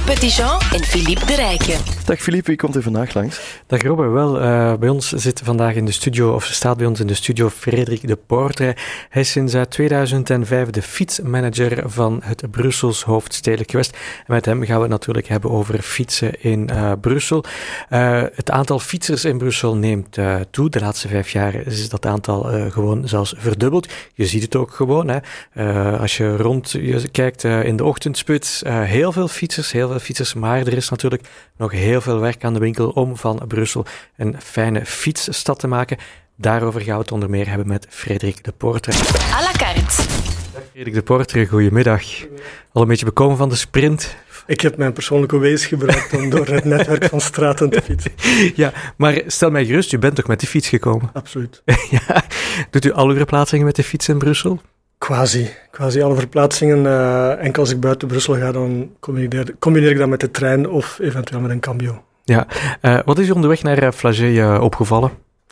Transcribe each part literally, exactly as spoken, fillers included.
Petitjean en Philippe de Rijken. Dag Philippe, wie komt er vandaag langs? Dag Robbe, wel, uh, bij ons zit vandaag in de studio, of staat bij ons in de studio Frederik de Poortre. Hij is sinds uh, tweeduizend vijf de fietsmanager van het Brussels Hoofdstedelijk Gewest. En met hem gaan we het natuurlijk hebben over fietsen in uh, Brussel. Uh, het aantal fietsers in Brussel neemt uh, toe. De laatste vijf jaar is dat aantal uh, gewoon zelfs verdubbeld. Je ziet het ook gewoon. Hè. Uh, als je rond je kijkt uh, in de ochtendspits, uh, heel veel fietsers, heel veel fietsers, maar er is natuurlijk nog heel veel werk aan de winkel om van Brussel een fijne fietsstad te maken. Daarover gaan we het onder meer hebben met Frederik de Poortre. À la carte. Dag Frederik de Poortre, goedemiddag. Al een beetje bekomen van de sprint? Ik heb mijn persoonlijke Waze gebruikt om door het netwerk van straten te fietsen. Ja, maar stel mij gerust, u bent toch met de fiets gekomen? Absoluut. Ja. Doet u al uw verplaatsingen met de fiets in Brussel? Quasi. Quasi alle verplaatsingen. Uh, enkel als ik buiten Brussel ga, dan combineer, combineer ik dat met de trein of eventueel met een cambio. Ja. Uh, wat is u onderweg naar uh, Flagey uh, opgevallen?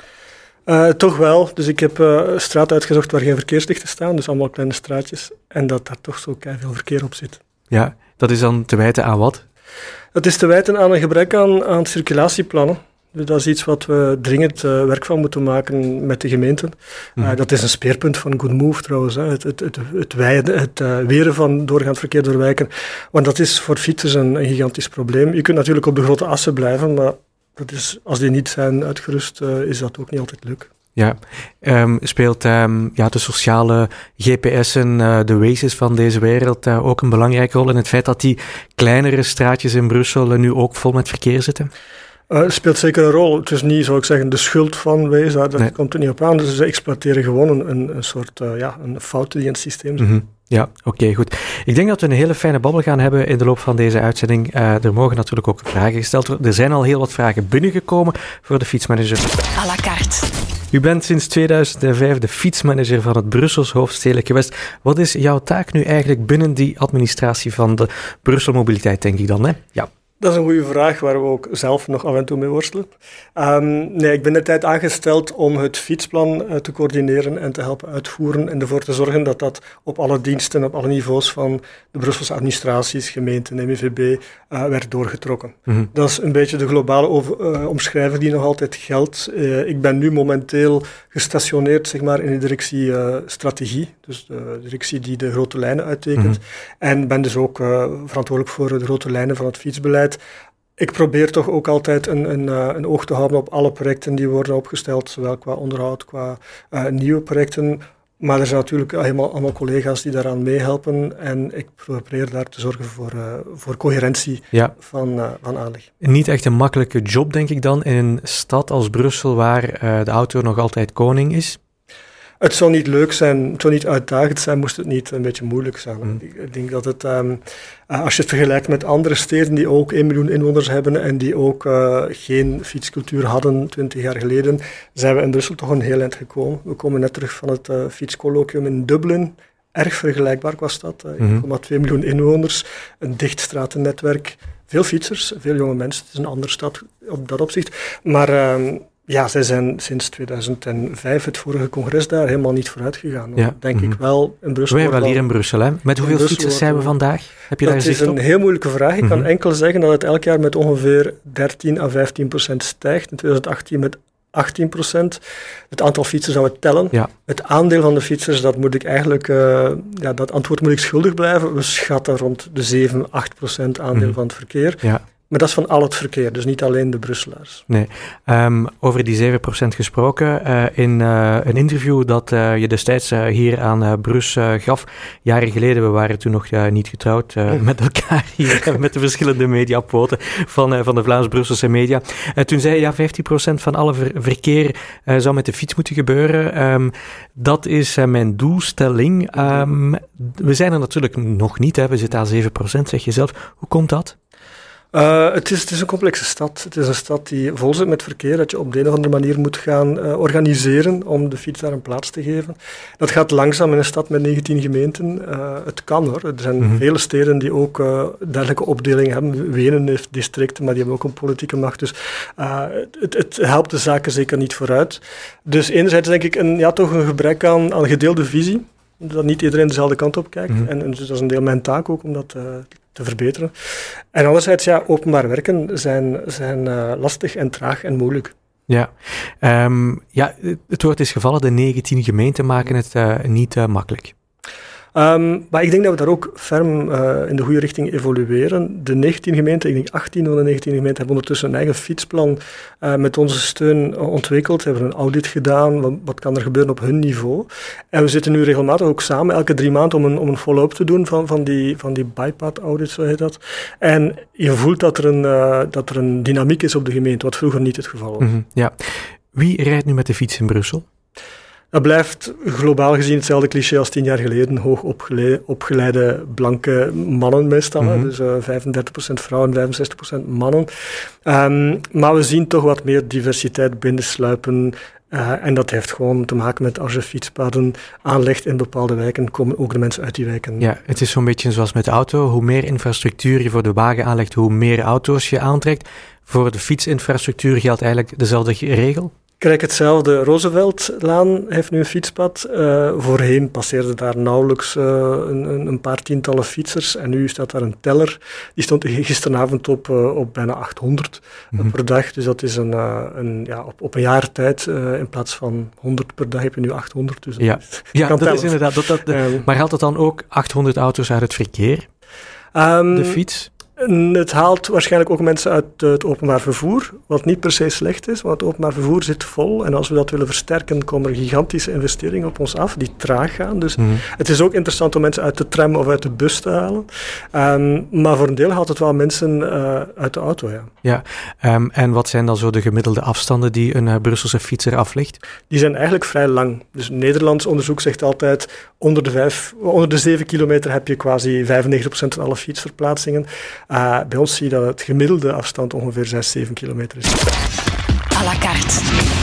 Uh, toch wel. Dus ik heb uh, straten uitgezocht waar geen verkeerslichten staan, dus allemaal kleine straatjes. En dat daar toch zo veel verkeer op zit. Ja, dat is dan te wijten aan wat? Dat is te wijten aan een gebrek aan, aan circulatieplannen. Dus dat is iets wat we dringend uh, werk van moeten maken met de gemeenten. Uh, mm. Dat is een speerpunt van Good Move trouwens. Hè. Het, het, het, het, weiden, het uh, weren van doorgaand verkeer door wijken. Want dat is voor fietsers een, een gigantisch probleem. Je kunt natuurlijk op de grote assen blijven, maar dat is, als die niet zijn uitgerust, uh, is dat ook niet altijd leuk. Ja, um, speelt um, ja, de sociale G P S'en, uh, de Waze's van deze wereld uh, ook een belangrijke rol in het feit dat die kleinere straatjes in Brussel uh, nu ook vol met verkeer zitten? Het uh, speelt zeker een rol. Het is niet, zou ik zeggen, de schuld van Waze, daar, daar nee. komt het niet op aan. Dus ze exploiteren gewoon een, een, een soort uh, ja, een fout die in het systeem zit. Mm-hmm. Ja, oké, okay, goed. Ik denk dat we een hele fijne babbel gaan hebben in de loop van deze uitzending. Uh, er mogen natuurlijk ook vragen gesteld worden. Er zijn al heel wat vragen binnengekomen voor de fietsmanager. À la carte. U bent sinds tweeduizend vijf de fietsmanager van het Brussels Hoofdstedelijk Gewest. Wat is jouw taak nu eigenlijk binnen die administratie van de Brussel Mobiliteit, denk ik dan, hè? Ja. Dat is een goede vraag waar we ook zelf nog af en toe mee worstelen. Um, nee, ik ben de tijd aangesteld om het fietsplan uh, te coördineren en te helpen uitvoeren en ervoor te zorgen dat dat op alle diensten, op alle niveaus van de Brusselse administraties, gemeenten, M I V B, uh, werd doorgetrokken. Mm-hmm. Dat is een beetje de globale over, uh, omschrijving die nog altijd geldt. Uh, ik ben nu momenteel gestationeerd zeg maar, in de directie uh, strategie, dus de directie die de grote lijnen uittekent. Mm-hmm. En ben dus ook uh, verantwoordelijk voor de grote lijnen van het fietsbeleid. Ik probeer toch ook altijd een, een, een oog te houden op alle projecten die worden opgesteld, zowel qua onderhoud, qua uh, nieuwe projecten. Maar er zijn natuurlijk helemaal allemaal collega's die daaraan meehelpen en ik probeer daar te zorgen voor, uh, voor coherentie ja. van, uh, van aanleg. Niet echt een makkelijke job, denk ik dan, in een stad als Brussel waar uh, de auto nog altijd koning is? Het zou niet leuk zijn, het zou niet uitdagend zijn, moest het niet een beetje moeilijk zijn. Mm. Ik denk dat het, um, als je het vergelijkt met andere steden die ook één miljoen inwoners hebben en die ook uh, geen fietscultuur hadden twintig jaar geleden, zijn we in Brussel toch een heel eind gekomen. We komen net terug van het uh, fietscolloquium in Dublin. Erg vergelijkbaar was dat. Uh, mm-hmm. één komma twee miljoen inwoners, een dicht straatennetwerk, veel fietsers, veel jonge mensen. Het is een andere stad op dat opzicht. Maar... Um, Ja, zij zijn sinds tweeduizend vijf, het vorige congres daar, helemaal niet vooruit gegaan. Ja. Denk mm-hmm. ik wel in Brussel. Wij wel hier in Brussel, hè? Met hoeveel fietsers zijn we vandaag? Heb je dat daar zicht op? Dat is een heel moeilijke vraag. Ik mm-hmm. kan enkel zeggen dat het elk jaar met ongeveer dertien à vijftien procent stijgt. In tweeduizend achttien met achttien procent. Het aantal fietsers zou het tellen. Ja. Het aandeel van de fietsers, dat moet ik eigenlijk, uh, ja, dat antwoord moet ik schuldig blijven. We schatten rond de zeven, acht procent aandeel mm-hmm. van het verkeer. Ja. Maar dat is van al het verkeer, dus niet alleen de Brusselaars. Nee. Um, over die zeven procent gesproken. Uh, in uh, een interview dat uh, je destijds uh, hier aan uh, Brus uh, gaf, jaren geleden, we waren toen nog uh, niet getrouwd uh, met elkaar hier, met de verschillende mediapoten van, uh, van de Vlaams-Brusselse media. Uh, toen zei je, ja, vijftien procent van alle ver- verkeer uh, zou met de fiets moeten gebeuren. Um, dat is uh, mijn doelstelling. Um, we zijn er natuurlijk nog niet, hè. We zitten aan zeven procent, zeg je zelf. Hoe komt dat? Uh, het, is, het is een complexe stad. Het is een stad die vol zit met verkeer, dat je op de een of andere manier moet gaan uh, organiseren om de fiets daar een plaats te geven. Dat gaat langzaam in een stad met negentien gemeenten. Uh, het kan hoor. Er zijn mm-hmm. vele steden die ook uh, dergelijke opdelingen hebben. Wenen heeft districten, maar die hebben ook een politieke macht. Dus uh, het, het helpt de zaken zeker niet vooruit. Dus enerzijds denk ik een, ja, toch een gebrek aan, aan gedeelde visie. Dat niet iedereen dezelfde kant op kijkt. Mm-hmm. En, en dus dat is een deel mijn taak ook om dat uh, te verbeteren. En anderzijds, ja, openbaar werken zijn, zijn uh, lastig en traag en moeilijk. Ja. Um, ja, het woord is gevallen, de negentien gemeenten maken het uh, niet uh, makkelijk. Um, maar ik denk dat we daar ook ferm uh, in de goede richting evolueren. De negentien gemeenten, ik denk achttien van de negentien gemeenten, hebben ondertussen een eigen fietsplan uh, met onze steun ontwikkeld. Hebben een audit gedaan, wat, wat kan er gebeuren op hun niveau. En we zitten nu regelmatig ook samen, elke drie maanden, om een, om een follow-up te doen van, van die, van die bipad-audit, zo heet dat. En je voelt dat er, een, uh, dat er een dynamiek is op de gemeente, wat vroeger niet het geval was. Mm-hmm, ja. Wie rijdt nu met de fiets in Brussel? Dat blijft globaal gezien hetzelfde cliché als tien jaar geleden. Hoog opgeleide, opgeleide blanke mannen meestal. Mm-hmm. Dus uh, vijfendertig procent vrouwen, vijfenzestig procent mannen. Um, maar we zien toch wat meer diversiteit binnensluipen. Uh, en dat heeft gewoon te maken met als je fietspaden aanlegt in bepaalde wijken, komen ook de mensen uit die wijken. Ja, het is zo'n beetje zoals met de auto. Hoe meer infrastructuur je voor de wagen aanlegt, hoe meer auto's je aantrekt. Voor de fietsinfrastructuur geldt eigenlijk dezelfde regel? Kijk, hetzelfde. Rooseveltlaan heeft nu een fietspad. Uh, voorheen passeerden daar nauwelijks uh, een, een paar tientallen fietsers. En nu staat daar een teller. Die stond gisteravond op, uh, op bijna achthonderd mm-hmm. per dag. Dus dat is een, uh, een, ja, op, op een jaar tijd. Uh, in plaats van honderd per dag heb je nu achthonderd. Dus ja, is, ja dat tellen. is inderdaad. Dat, dat, um, maar haalt het dan ook achthonderd auto's uit het verkeer? Um, de fiets? Het haalt waarschijnlijk ook mensen uit het openbaar vervoer, wat niet per se slecht is, want het openbaar vervoer zit vol en als we dat willen versterken, komen er gigantische investeringen op ons af, die traag gaan. Dus mm-hmm. het is ook interessant om mensen uit de tram of uit de bus te halen. Um, maar voor een deel haalt het wel mensen uh, uit de auto, ja. Ja, um, en wat zijn dan zo de gemiddelde afstanden die een uh, Brusselse fietser aflegt? Die zijn eigenlijk vrij lang. Dus Nederlands onderzoek zegt altijd, onder de, vijf, onder de zeven kilometer heb je quasi vijfennegentig procent van alle fietsverplaatsingen. Uh, bij ons zie je dat het gemiddelde afstand ongeveer zes, zeven kilometer is. À la carte.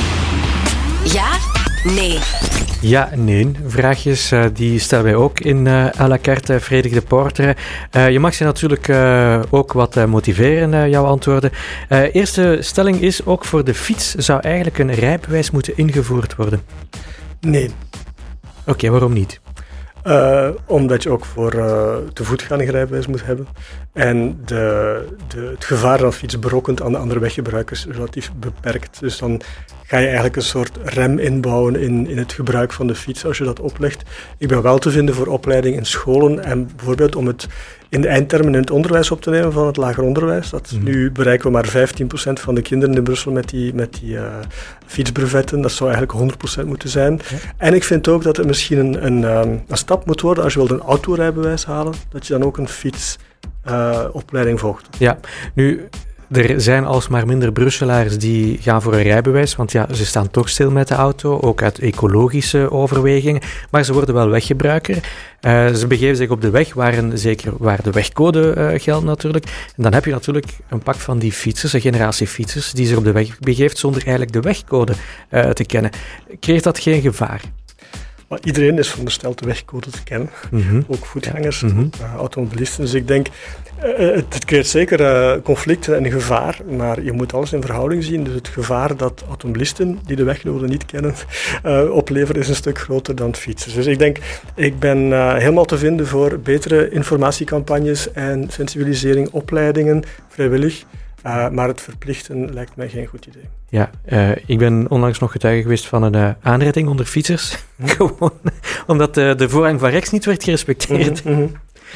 Ja? Nee. Ja, nee. Vraagjes uh, die stellen wij ook in uh, à la carte, Frederik de Porter. Uh, je mag ze natuurlijk uh, ook wat uh, motiveren, uh, jouw antwoorden. Uh, eerste stelling is, ook voor de fiets zou eigenlijk een rijbewijs moeten ingevoerd worden. Nee. Oké, okay, waarom niet? Uh, omdat je ook voor uh, te voet gaan een rijbewijs moet hebben. En de, de, het gevaar dat fiets berokkent aan de andere weggebruikers is relatief beperkt. Dus dan ga je eigenlijk een soort rem inbouwen in, in het gebruik van de fiets als je dat oplegt. Ik ben wel te vinden voor opleiding in scholen en bijvoorbeeld om het in de eindtermen in het onderwijs op te nemen van het lager onderwijs. Dat, mm. Nu bereiken we maar vijftien procent van de kinderen in Brussel met die, met die uh, fietsbrevetten. Dat zou eigenlijk honderd procent moeten zijn. Ja. En ik vind ook dat het misschien een, een, um, een stap moet worden als je wilt een autorijbewijs halen, dat je dan ook een fietsopleiding uh, volgt. Ja, nu... Er zijn alsmaar minder Brusselaars die gaan voor een rijbewijs, want ja, ze staan toch stil met de auto, ook uit ecologische overwegingen, maar ze worden wel weggebruiker. Uh, ze begeven zich op de weg, waar, een, zeker waar de wegcode uh, geldt natuurlijk. En dan heb je natuurlijk een pak van die fietsers, een generatie fietsers, die zich op de weg begeeft zonder eigenlijk de wegcode uh, te kennen. Creëert dat geen gevaar? Maar iedereen is verondersteld de wegcode te kennen, mm-hmm. ook voetgangers, mm-hmm. uh, automobilisten. Dus ik denk, uh, het, het creëert zeker uh, conflicten en gevaar, maar je moet alles in verhouding zien. Dus het gevaar dat automobilisten die de wegcode niet kennen uh, opleveren is een stuk groter dan fietsers. Dus ik denk, ik ben uh, helemaal te vinden voor betere informatiecampagnes en sensibilisering, opleidingen, vrijwillig. Uh, maar het verplichten lijkt mij geen goed idee. Ja, uh, ik ben onlangs nog getuige geweest van een uh, aanrijding onder fietsers. Gewoon omdat uh, de voorrang van rechts niet werd gerespecteerd. Mm-hmm.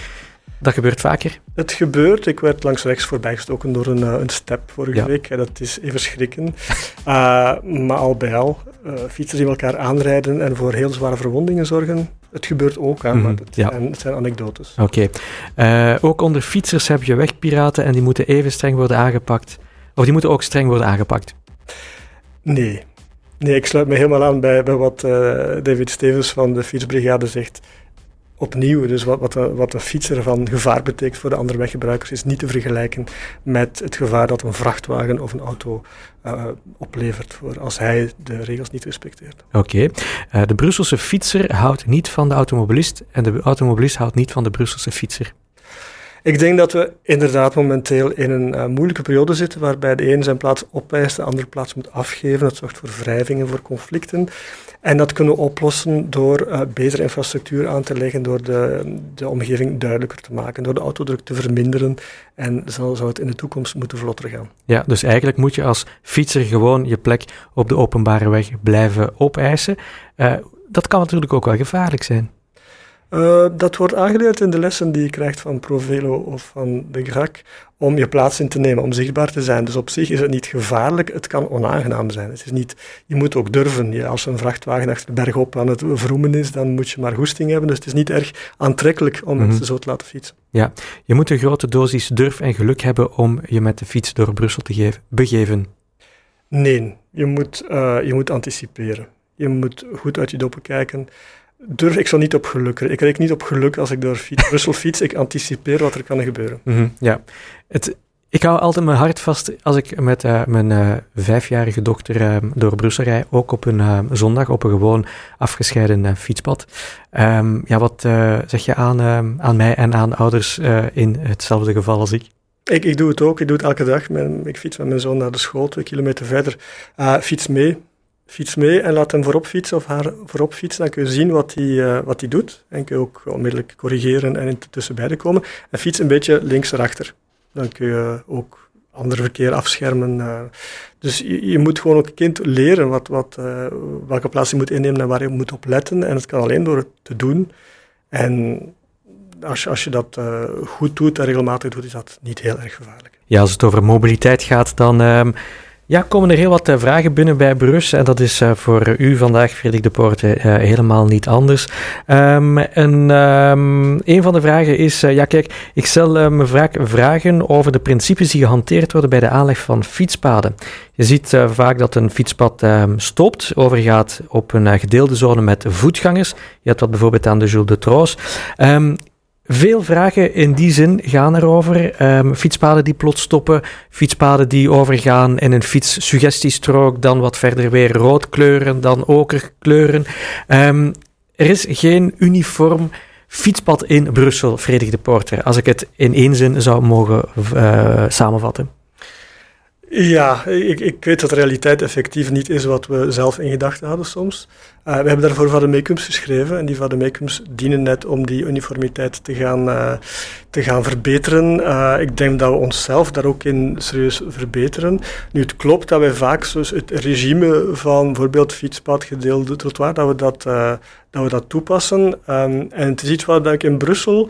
Dat gebeurt vaker? Het gebeurt. Ik werd langs rechts voorbijgestoken door een, uh, een step vorige ja. week. En dat is even schrikken. Uh, maar al bij al, uh, fietsers die elkaar aanrijden en voor heel zware verwondingen zorgen. Het gebeurt ook, hè, mm-hmm. maar het, ja. zijn, het zijn anekdotes. Oké. Okay. Uh, ook onder fietsers heb je wegpiraten en die moeten even streng worden aangepakt. Of die moeten ook streng worden aangepakt? Nee. Nee, ik sluit me helemaal aan bij, bij wat uh, David Stevens van de Fietsbrigade zegt. Opnieuw, dus wat, wat, een, wat een fietser van gevaar betekent voor de andere weggebruikers is niet te vergelijken met het gevaar dat een vrachtwagen of een auto uh, oplevert voor als hij de regels niet respecteert. Oké. Okay. Uh, de Brusselse fietser houdt niet van de automobilist en de automobilist houdt niet van de Brusselse fietser. Ik denk dat we inderdaad momenteel in een uh, moeilijke periode zitten, waarbij de ene zijn plaats opeist, de andere plaats moet afgeven. Dat zorgt voor wrijvingen, voor conflicten. En dat kunnen we oplossen door uh, betere infrastructuur aan te leggen, door de, de omgeving duidelijker te maken, door de autodruk te verminderen. En zo zou het in de toekomst moeten vlotter gaan. Ja, dus eigenlijk moet je als fietser gewoon je plek op de openbare weg blijven opeisen. Uh, dat kan natuurlijk ook wel gevaarlijk zijn. Uh, dat wordt aangeleerd in de lessen die je krijgt van Provelo of van de G R A C, om je plaats in te nemen, om zichtbaar te zijn. Dus op zich is het niet gevaarlijk, het kan onaangenaam zijn. Het is niet, je moet ook durven. Je, als een vrachtwagen achter de berg op aan het vroemen is, dan moet je maar goesting hebben. Dus het is niet erg aantrekkelijk om mm-hmm. mensen zo te laten fietsen. Ja, je moet een grote dosis durf en geluk hebben om je met de fiets door Brussel te geven, begeven. Nee, je moet, uh, je moet anticiperen. Je moet goed uit je doppen kijken. Durf, ik zou niet op geluk. Ik reken niet op geluk als ik door fiets, Brussel fiets. Ik anticipeer wat er kan gebeuren. Mm-hmm, ja. Het, ik hou altijd mijn hart vast als ik met uh, mijn uh, vijfjarige dochter uh, door Brussel rijd. Ook op een uh, zondag, op een gewoon afgescheiden uh, fietspad. Um, ja, wat uh, zeg je aan, uh, aan mij en aan ouders uh, in hetzelfde geval als ik? Ik, ik doe het ook. Ik doe het elke dag. Ik fiets met mijn zoon naar de school, twee kilometer verder. Uh, fiets mee. Fiets mee en laat hem voorop fietsen of haar voorop fietsen. Dan kun je zien wat hij uh, wat hij doet. En kun je ook onmiddellijk corrigeren en tussen beiden komen. En fiets een beetje links erachter. Dan kun je ook ander verkeer afschermen. Uh, dus je, je moet gewoon ook een kind leren wat, wat, uh, welke plaats je moet innemen en waar je moet op letten. En het kan alleen door het te doen. En als je, als je dat uh, goed doet en regelmatig doet, is dat niet heel erg gevaarlijk. Ja, als het over mobiliteit gaat, dan... Uh... Ja, komen er heel wat uh, vragen binnen bij Brus en dat is uh, voor uh, u vandaag, Frederik de Poortre, uh, helemaal niet anders. Um, en um, een van de vragen is, uh, ja kijk, ik stel uh, me vaak vragen over de principes die gehanteerd worden bij de aanleg van fietspaden. Je ziet uh, vaak dat een fietspad uh, stopt, overgaat op een uh, gedeelde zone met voetgangers. Je hebt dat bijvoorbeeld aan de Jules de Troos. Um, Veel vragen in die zin gaan erover. Um, fietspaden die plots stoppen, fietspaden die overgaan in een fietssuggestiestrook, dan wat verder weer rood kleuren, dan oker kleuren. Um, er is geen uniform fietspad in Brussel, Frederik de Poortre, als ik het in één zin zou mogen uh, samenvatten. Ja, ik, ik weet dat de realiteit effectief niet is wat we zelf in gedachten hadden soms. Uh, we hebben daarvoor vademecums geschreven en die vademecums dienen net om die uniformiteit te gaan, uh, te gaan verbeteren. Uh, ik denk dat we onszelf daar ook in serieus verbeteren. Nu, het klopt dat wij vaak dus het regime van bijvoorbeeld fietspad, gedeelde trottoir, dat we dat, uh, dat, we dat toepassen. Um, en het is iets wat ik in Brussel...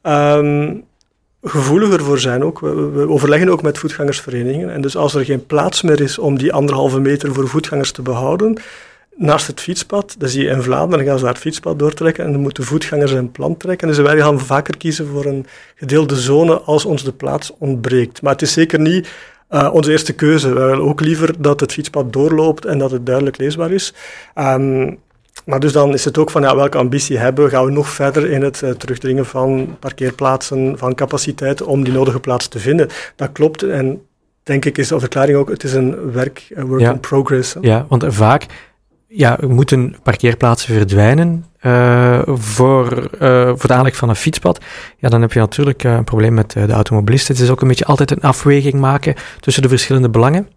Um, gevoeliger voor zijn ook. We, we overleggen ook met voetgangersverenigingen. En dus als er geen plaats meer is om die anderhalve meter voor voetgangers te behouden, naast het fietspad, dan zie je in Vlaanderen, gaan ze daar het fietspad doortrekken en dan moeten voetgangers een plan trekken. Dus wij gaan vaker kiezen voor een gedeelde zone als ons de plaats ontbreekt. Maar het is zeker niet uh, onze eerste keuze. We willen ook liever dat het fietspad doorloopt en dat het duidelijk leesbaar is. Um, Maar dus dan is het ook van, ja, welke ambitie hebben we? Gaan we nog verder in het uh, terugdringen van parkeerplaatsen, van capaciteit om die nodige plaats te vinden? Dat klopt en denk ik is de verklaring ook, het is een werk, een work ja. in progress. Hè? Ja, want vaak ja, moeten parkeerplaatsen verdwijnen uh, voor, uh, voor de aanleg van een fietspad. Ja, dan heb je natuurlijk uh, een probleem met uh, de automobilisten. Het is ook een beetje altijd een afweging maken tussen de verschillende belangen.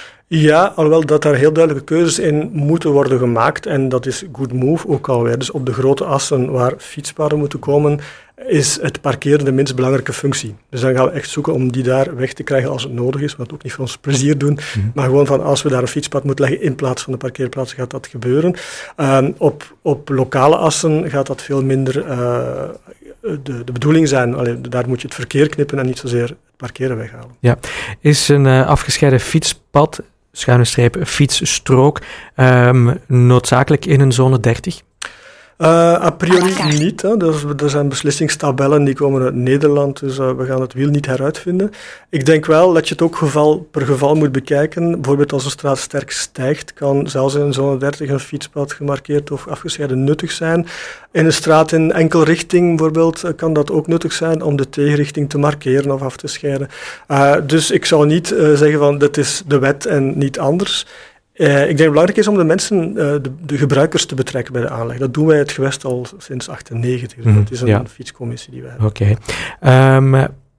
Ja, alhoewel dat daar heel duidelijke keuzes in moeten worden gemaakt en dat is good move ook alweer. Dus op de grote assen waar fietspaden moeten komen, is het parkeren de minst belangrijke functie. Dus dan gaan we echt zoeken om die daar weg te krijgen als het nodig is, wat ook niet voor ons plezier doen, mm-hmm. maar gewoon van als we daar een fietspad moeten leggen in plaats van de parkeerplaatsen gaat dat gebeuren. Um, op, op lokale assen gaat dat veel minder uh, de, de bedoeling zijn. Allee, daar moet je het verkeer knippen en niet zozeer het parkeren weghalen. Ja, is een uh, afgescheiden fietspad, schuine streep, fietsstrook, um, noodzakelijk in een zone dertig? Uh, a priori niet. Hè. Dus, er zijn beslissingstabellen die komen uit Nederland, dus uh, we gaan het wiel niet heruitvinden. Ik denk wel dat je het ook geval per geval moet bekijken. Bijvoorbeeld als een straat sterk stijgt, kan zelfs in zone dertig een fietspad gemarkeerd of afgescheiden nuttig zijn. In een straat in enkel richting bijvoorbeeld kan dat ook nuttig zijn om de tegenrichting te markeren of af te scheiden. Uh, dus ik zou niet uh, zeggen van dit is de wet en niet anders. Uh, ik denk dat het belangrijk is om de mensen, uh, de, de gebruikers te betrekken bij de aanleg. Dat doen wij het gewest al sinds achtennegentig. Dus mm, dat is een ja. fietscommissie die wij hebben. Oké. Okay. Um,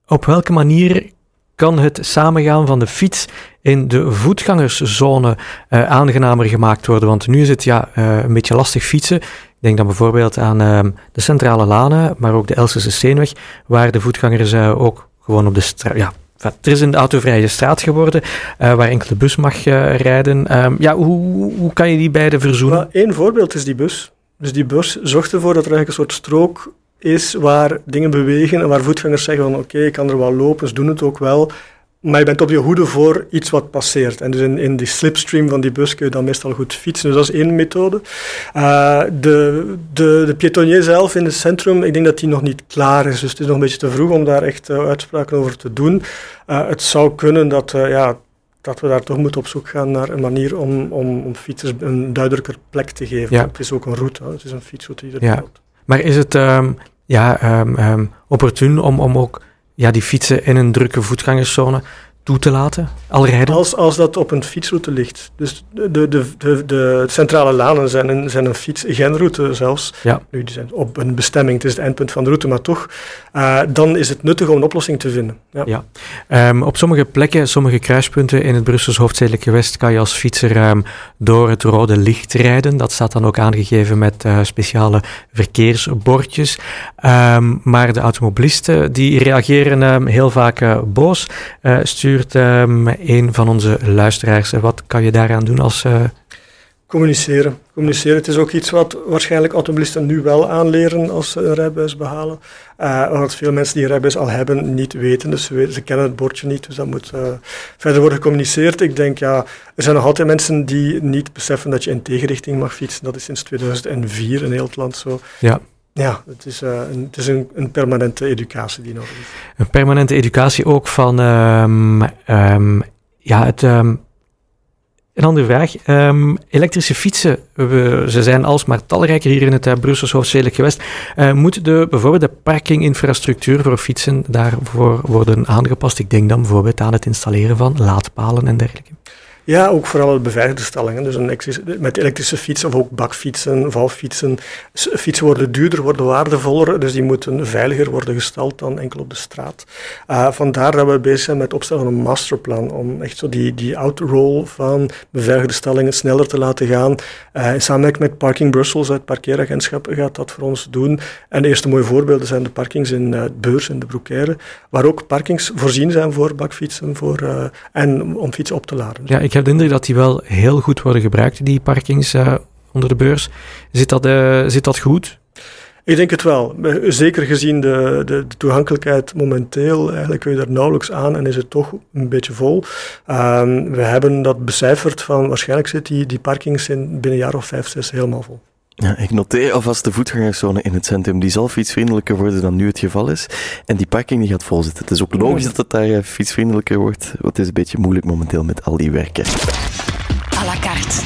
op welke manier kan het samengaan van de fiets in de voetgangerszone uh, aangenamer gemaakt worden? Want nu is het ja, uh, een beetje lastig fietsen. Ik denk dan bijvoorbeeld aan uh, de centrale lanen, maar ook de Elselse Steenweg, waar de voetgangers uh, ook gewoon op de straat... Ja, er is een autovrije straat geworden, uh, waar enkel de bus mag uh, rijden. Um, ja, hoe, hoe kan je die beide verzoenen? Eén voorbeeld is die bus. Dus die bus zorgt ervoor dat er eigenlijk een soort strook is waar dingen bewegen en waar voetgangers zeggen van oké, okay, ik kan er wel lopen, ze doen het ook wel, maar je bent op je hoede voor iets wat passeert. En dus in, in die slipstream van die bus kun je dan meestal goed fietsen. Dus dat is één methode. Uh, de, de, de piétonnier zelf in het centrum, ik denk dat die nog niet klaar is. Dus het is nog een beetje te vroeg om daar echt uh, uitspraken over te doen. Uh, het zou kunnen dat... Uh, ja, dat we daar toch moeten op zoek gaan naar een manier om, om, om fietsers een duidelijker plek te geven. Ja. Het is ook een route, hè. Het is een fietsroute die er ja. loopt. Maar is het um, ja, um, um, opportun om, om ook ja, die fietsen in een drukke voetgangerszone toe te laten, al rijden? Als, als dat op een fietsroute ligt. Dus de, de, de, de, de centrale lanen zijn een, zijn een fiets-genroute zelfs. Ja. Nu, die zijn op een bestemming, het is het eindpunt van de route, maar toch, uh, dan is het nuttig om een oplossing te vinden. Ja. Ja. Um, op sommige plekken, sommige kruispunten in het Brussels hoofdstedelijk gewest, kan je als fietser um, door het rode licht rijden. Dat staat dan ook aangegeven met uh, speciale verkeersbordjes. Um, maar de automobilisten, die reageren um, heel vaak uh, boos. Uh, stuurt Um, een van onze luisteraars. Wat kan je daaraan doen als... Uh... Communiceren. Communiceren. Het is ook iets wat waarschijnlijk automobilisten nu wel aanleren als ze een rijbewijs behalen. Uh, wat veel mensen die een rijbewijs al hebben niet weten. Dus ze, weten, ze kennen het bordje niet. Dus dat moet uh, verder worden gecommuniceerd. Ik denk, ja, er zijn nog altijd mensen die niet beseffen dat je in tegenrichting mag fietsen. Dat is sinds tweeduizend vier in heel het land zo. Ja. Ja, het is, uh, een, het is een, een permanente educatie die nodig is. Een permanente educatie ook van... Um, um, ja, het... Um, een andere vraag. Um, elektrische fietsen, we, ze zijn alsmaar talrijker hier in het uh, Brussels hoofdstedelijk gewest. Uh, moet de, bijvoorbeeld de parkinginfrastructuur voor fietsen daarvoor worden aangepast? Ik denk dan bijvoorbeeld aan het installeren van laadpalen en dergelijke. Ja, ook vooral de beveiligde stellingen. Dus een met elektrische fietsen of ook bakfietsen, vouwfietsen. Fietsen worden duurder, worden waardevoller, dus die moeten veiliger worden gesteld dan enkel op de straat. Uh, vandaar dat we bezig zijn met het opstellen van een masterplan om echt zo die, die outroll van beveiligde stellingen sneller te laten gaan. Uh, in samenwerking met Parking Brussels, het parkeeragentschap, gaat dat voor ons doen. En de eerste mooie voorbeelden zijn de parkings in uh, Beurs en de Broekère, waar ook parkings voorzien zijn voor bakfietsen voor, uh, en om fietsen op te laden. Ja, ik heb de indruk dat die wel heel goed worden gebruikt, die parkings uh, onder de Beurs. Zit dat, uh, zit dat goed? Ik denk het wel. Zeker gezien de, de, de toegankelijkheid momenteel, eigenlijk kun je daar nauwelijks aan en is het toch een beetje vol. Um, we hebben dat becijferd van, waarschijnlijk zit die, die parkings in binnen een jaar of vijf, zes helemaal vol. Ja, ik noteer alvast de voetgangerszone in het centrum. Die zal fietsvriendelijker worden dan nu het geval is. En die parking die gaat vol zitten. Het is ook logisch dat het daar fietsvriendelijker wordt. Want het is een beetje moeilijk momenteel met al die werken. À la carte.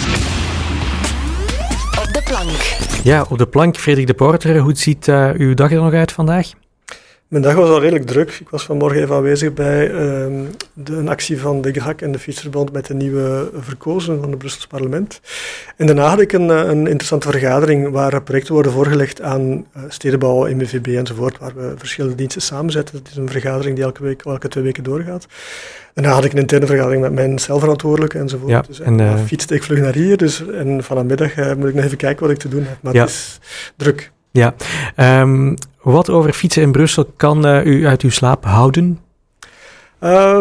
Op de plank. Ja, op de plank. Frederik de Porter, hoe ziet uh, uw dag er nog uit vandaag? Mijn dag was al redelijk druk. Ik was vanmorgen even aanwezig bij uh, de, een actie van de G H A C en de Fietsverbond met de nieuwe verkozen van het Brussels parlement. En daarna had ik een, een interessante vergadering waar projecten worden voorgelegd aan uh, stedenbouw, M V V B enzovoort, waar we verschillende diensten samenzetten. Het is een vergadering die elke week, elke twee weken doorgaat. Daarna had ik een interne vergadering met mijn celverantwoordelijke enzovoort. Ja, dus, en, en uh, fietste ik vlug naar hier. Dus, en vanmiddag uh, moet ik nog even kijken wat ik te doen heb. Maar ja. Het is druk. Ja. Um, wat over fietsen in Brussel kan uh, u uit uw slaap houden? Uh,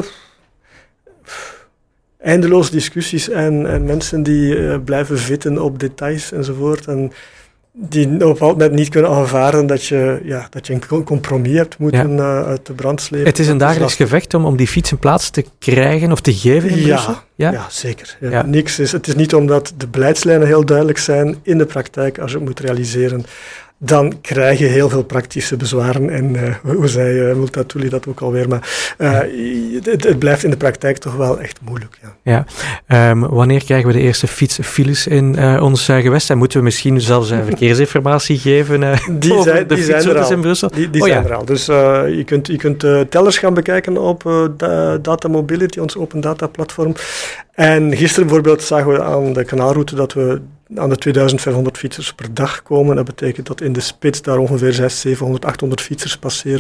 eindeloos discussies en, en mensen die uh, blijven vitten op details enzovoort. En die op een bepaald moment niet kunnen aanvaarden dat je, ja, dat je een compromis hebt moeten ja. uh, uit de brand slepen. Het is een dagelijks gevecht om, om die fiets een plaats te krijgen of te geven in ja, Brussel? Ja, ja zeker. Ja. Ja. Niks is, het is niet omdat de beleidslijnen heel duidelijk zijn in de praktijk, als je het moet realiseren, dan krijg je heel veel praktische bezwaren. En uh, hoe zei uh, Multatuli dat ook alweer. Maar uh, het, het blijft in de praktijk toch wel echt moeilijk. Ja. Ja. Um, wanneer krijgen we de eerste fietsfiles in uh, ons uh, gewest? En moeten we misschien zelfs uh, verkeersinformatie geven uh, die over zijn, de die fietsroutes in Brussel? Die, die oh, zijn ja. er al. Dus uh, je kunt, je kunt uh, tellers gaan bekijken op uh, Data Mobility, ons open data platform. En gisteren bijvoorbeeld zagen we aan de kanaalroute dat we aan de tweeduizend vijfhonderd fietsers per dag komen. Dat betekent dat in de spits daar ongeveer zeshonderd, zevenhonderd, achthonderd fietsers passeren. Ja.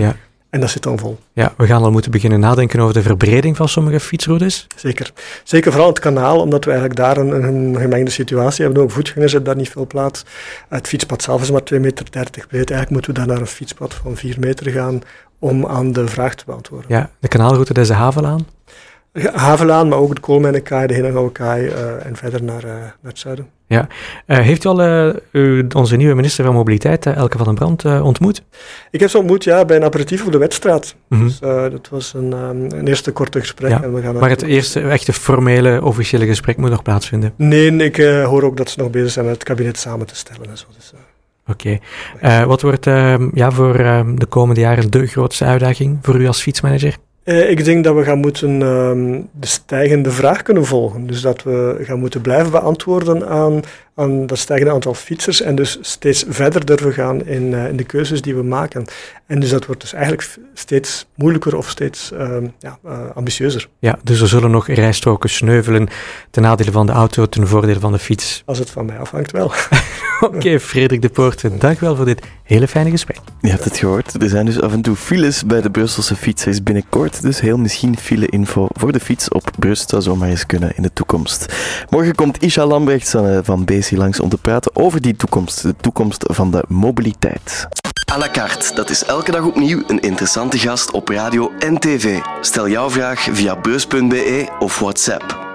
En dat zit dan vol. Ja, we gaan al moeten beginnen nadenken over de verbreding van sommige fietsroutes. Zeker. Zeker vooral het kanaal, omdat we eigenlijk daar een, een gemengde situatie hebben. Ook voetgangers hebben daar niet veel plaats. Het fietspad zelf is maar twee meter dertig breed. Eigenlijk moeten we daar naar een fietspad van vier meter gaan om aan de vraag te beantwoorden. Ja, de kanaalroute, dat is de Havelaan. Havelaan, maar ook de Koolmijnenkaai, de Henegouwkaai uh, en verder naar, uh, naar het zuiden. Ja. Uh, heeft u al uh, u, onze nieuwe minister van Mobiliteit, uh, Elke van den Brand, uh, ontmoet? Ik heb ze ontmoet, ja, bij een aperitief op de Wetstraat. Mm-hmm. Dus uh, dat was een, um, een eerste korte gesprek. Ja. En we gaan maar het eerste echte formele, officiële gesprek moet nog plaatsvinden? Nee, ik uh, hoor ook dat ze nog bezig zijn met het kabinet samen te stellen en zo. Dus, uh, Oké. Okay. Uh, wat wordt uh, ja, voor uh, de komende jaren de grootste uitdaging voor u als fietsmanager? Uh, ik denk dat we gaan moeten um, de stijgende vraag kunnen volgen. Dus dat we gaan moeten blijven beantwoorden aan, aan dat stijgende aantal fietsers en dus steeds verder durven gaan in, uh, in de keuzes die we maken. En dus dat wordt dus eigenlijk steeds moeilijker of steeds uh, ja, uh, ambitieuzer. Ja, dus er zullen nog rijstroken sneuvelen ten nadele van de auto, ten voordele van de fiets. Als het van mij afhangt wel. Oké, okay, Frederik de Poorter, dank wel voor dit hele fijne gesprek. Je hebt het gehoord, er zijn dus af en toe files bij de Brusselse fietsers binnenkort, dus heel misschien file-info voor de fiets op Brust zou zomaar eens kunnen in de toekomst. Morgen komt Isha Lambrechts van B C langs om te praten over die toekomst, de toekomst van de mobiliteit. À la carte, dat is elke dag opnieuw een interessante gast op radio en tv. Stel jouw vraag via beurs punt be of WhatsApp.